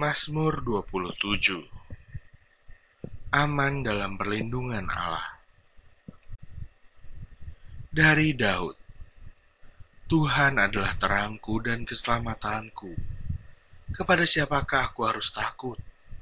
Mazmur 27. Aman dalam perlindungan Allah. Dari Daud. Tuhan adalah terangku dan keselamatanku. Kepada siapakah aku harus takut?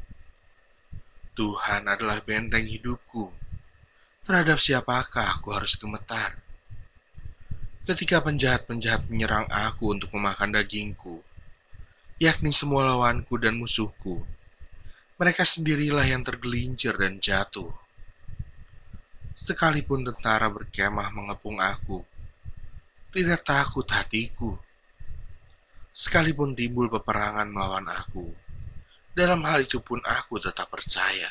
Tuhan adalah benteng hidupku. Terhadap siapakah aku harus gemetar? Ketika penjahat-penjahat menyerang aku untuk memakan dagingku, yakni semua lawanku dan musuhku, mereka sendirilah yang tergelincir dan jatuh. Sekalipun tentara berkemah mengepung aku, tidak takut hatiku. Sekalipun timbul peperangan melawan aku, dalam hal itu pun aku tetap percaya.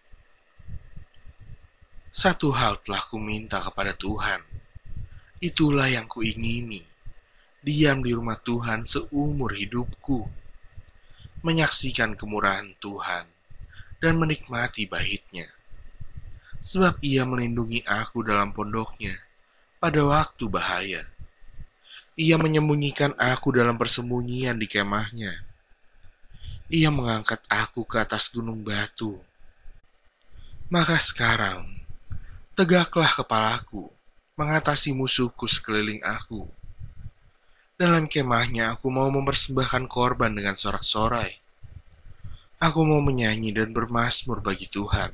Satu hal telah kuminta kepada Tuhan, itulah yang kuingini, diam di rumah Tuhan seumur hidupku, menyaksikan kemurahan Tuhan dan menikmati baitnya. Sebab Ia melindungi aku dalam pondoknya pada waktu bahaya. Ia menyembunyikan aku dalam persembunyian di kemahnya. Ia mengangkat aku ke atas gunung batu. Maka sekarang, tegaklah kepalaku, mengatasi musuhku sekeliling aku. Dalam kemahnya aku mau mempersembahkan korban dengan sorak-sorai. Aku mau menyanyi dan bermazmur bagi Tuhan.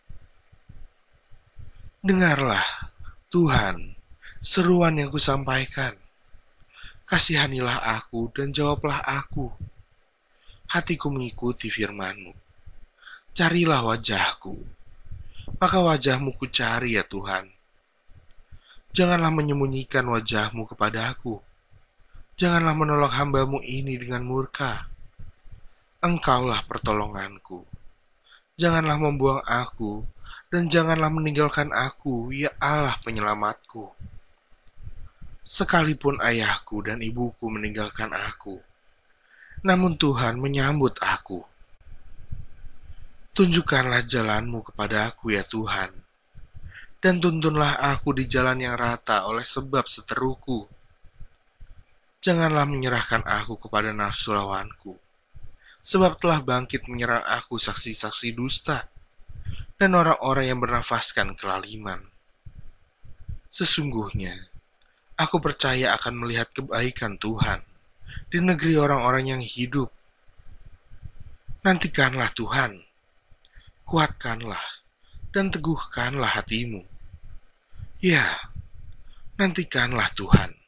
Dengarlah, Tuhan, seruan yang kusampaikan. Kasihanilah aku dan jawablah aku. Hatiku mengikuti firman-Mu. Carilah wajah-Ku, maka wajah-Mu kucari ya Tuhan. Janganlah menyembunyikan wajah-Mu kepada aku. Janganlah menolak hamba-Mu ini dengan murka. Engkaulah pertolonganku. Janganlah membuang aku, dan janganlah meninggalkan aku, ya Allah penyelamatku. Sekalipun ayahku dan ibuku meninggalkan aku, namun Tuhan menyambut aku. Tunjukkanlah jalan-Mu kepada aku ya Tuhan, dan tuntunlah aku di jalan yang rata oleh sebab seteruku. Janganlah menyerahkan aku kepada nafsu lawanku, sebab telah bangkit menyerang aku saksi-saksi dusta, dan orang-orang yang bernafaskan kelaliman. Sesungguhnya, aku percaya akan melihat kebaikan Tuhan di negeri orang-orang yang hidup. Nantikanlah Tuhan, kuatkanlah dan teguhkanlah hatimu. Ya, nantikanlah Tuhan.